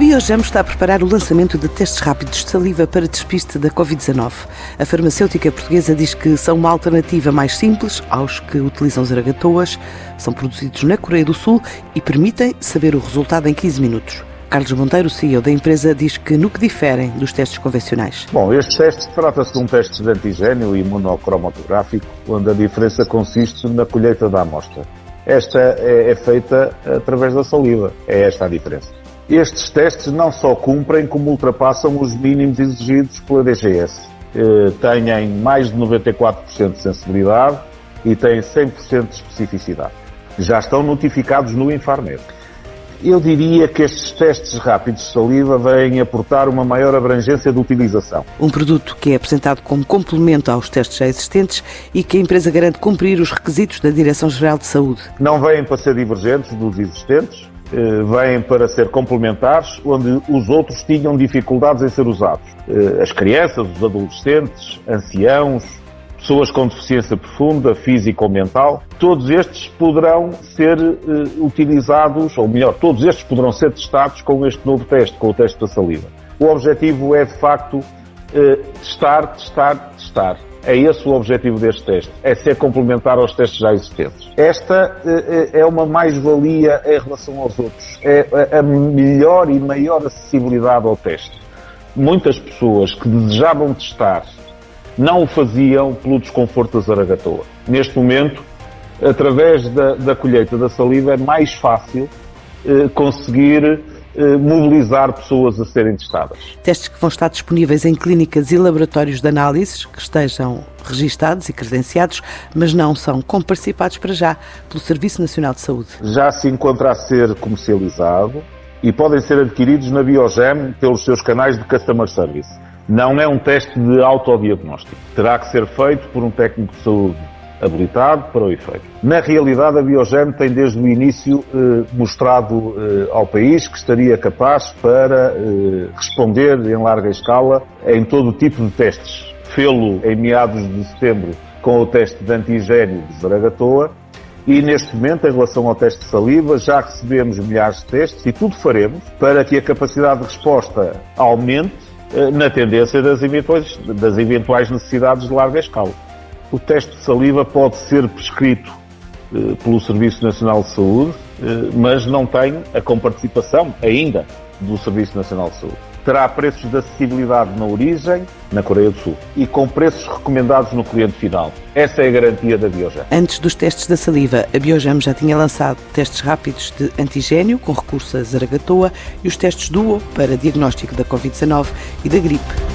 Biogem está a preparar o lançamento de testes rápidos de saliva para despiste da Covid-19. A farmacêutica portuguesa diz que são uma alternativa mais simples aos que utilizam zaragatoas, são produzidos na Coreia do Sul e permitem saber o resultado em 15 minutos. Carlos Monteiro, CEO da empresa, diz que no que diferem dos testes convencionais. Bom, estes testes trata-se de um teste de antigênio imunocromatográfico, onde a diferença consiste na colheita da amostra. Esta é feita através da saliva, é esta a diferença. Estes testes não só cumprem, como ultrapassam os mínimos exigidos pela DGS. Têm mais de 94% de sensibilidade e têm 100% de especificidade. Já estão notificados no Infarmed. Eu diria que estes testes rápidos de saliva vêm aportar uma maior abrangência de utilização. Um produto que é apresentado como complemento aos testes já existentes e que a empresa garante cumprir os requisitos da Direção-Geral de Saúde. Não vêm para ser divergentes dos existentes, vêm para ser complementares, onde os outros tinham dificuldades em ser usados. As crianças, os adolescentes, anciãos, pessoas com deficiência profunda, física ou mental, todos estes poderão ser utilizados, ou melhor, todos estes poderão ser testados com este novo teste, com o teste da saliva. O objetivo é, de facto, testar. É esse o objetivo deste teste, é ser complementar aos testes já existentes. Esta é uma mais-valia em relação aos outros, é a melhor e maior acessibilidade ao teste. Muitas pessoas que desejavam testar não o faziam pelo desconforto da zaragatoa. Neste momento, através da colheita da saliva, é mais fácil conseguir mobilizar pessoas a serem testadas. Testes que vão estar disponíveis em clínicas e laboratórios de análises que estejam registados e credenciados, mas não são comparticipados para já pelo Serviço Nacional de Saúde. Já se encontra a ser comercializado e podem ser adquiridos na Biogem pelos seus canais de Customer Service. Não é um teste de autodiagnóstico. Terá que ser feito por um técnico de saúde habilitado para o efeito. Na realidade, a Biogem tem desde o início mostrado ao país que estaria capaz para responder em larga escala em todo o tipo de testes. Fê-lo em meados de setembro com o teste de antigênio de zaragatoa e neste momento, em relação ao teste de saliva, já recebemos milhares de testes e tudo faremos para que a capacidade de resposta aumente na tendência das eventuais necessidades de larga escala. O teste de saliva pode ser prescrito pelo Serviço Nacional de Saúde, mas não tem a comparticipação ainda do Serviço Nacional de Saúde. Terá preços de acessibilidade na origem, na Coreia do Sul, e com preços recomendados no cliente final. Essa é a garantia da Biogem. Antes dos testes da saliva, a Biogem já tinha lançado testes rápidos de antigênio, com recurso a zaragatoa, e os testes Duo para diagnóstico da Covid-19 e da gripe.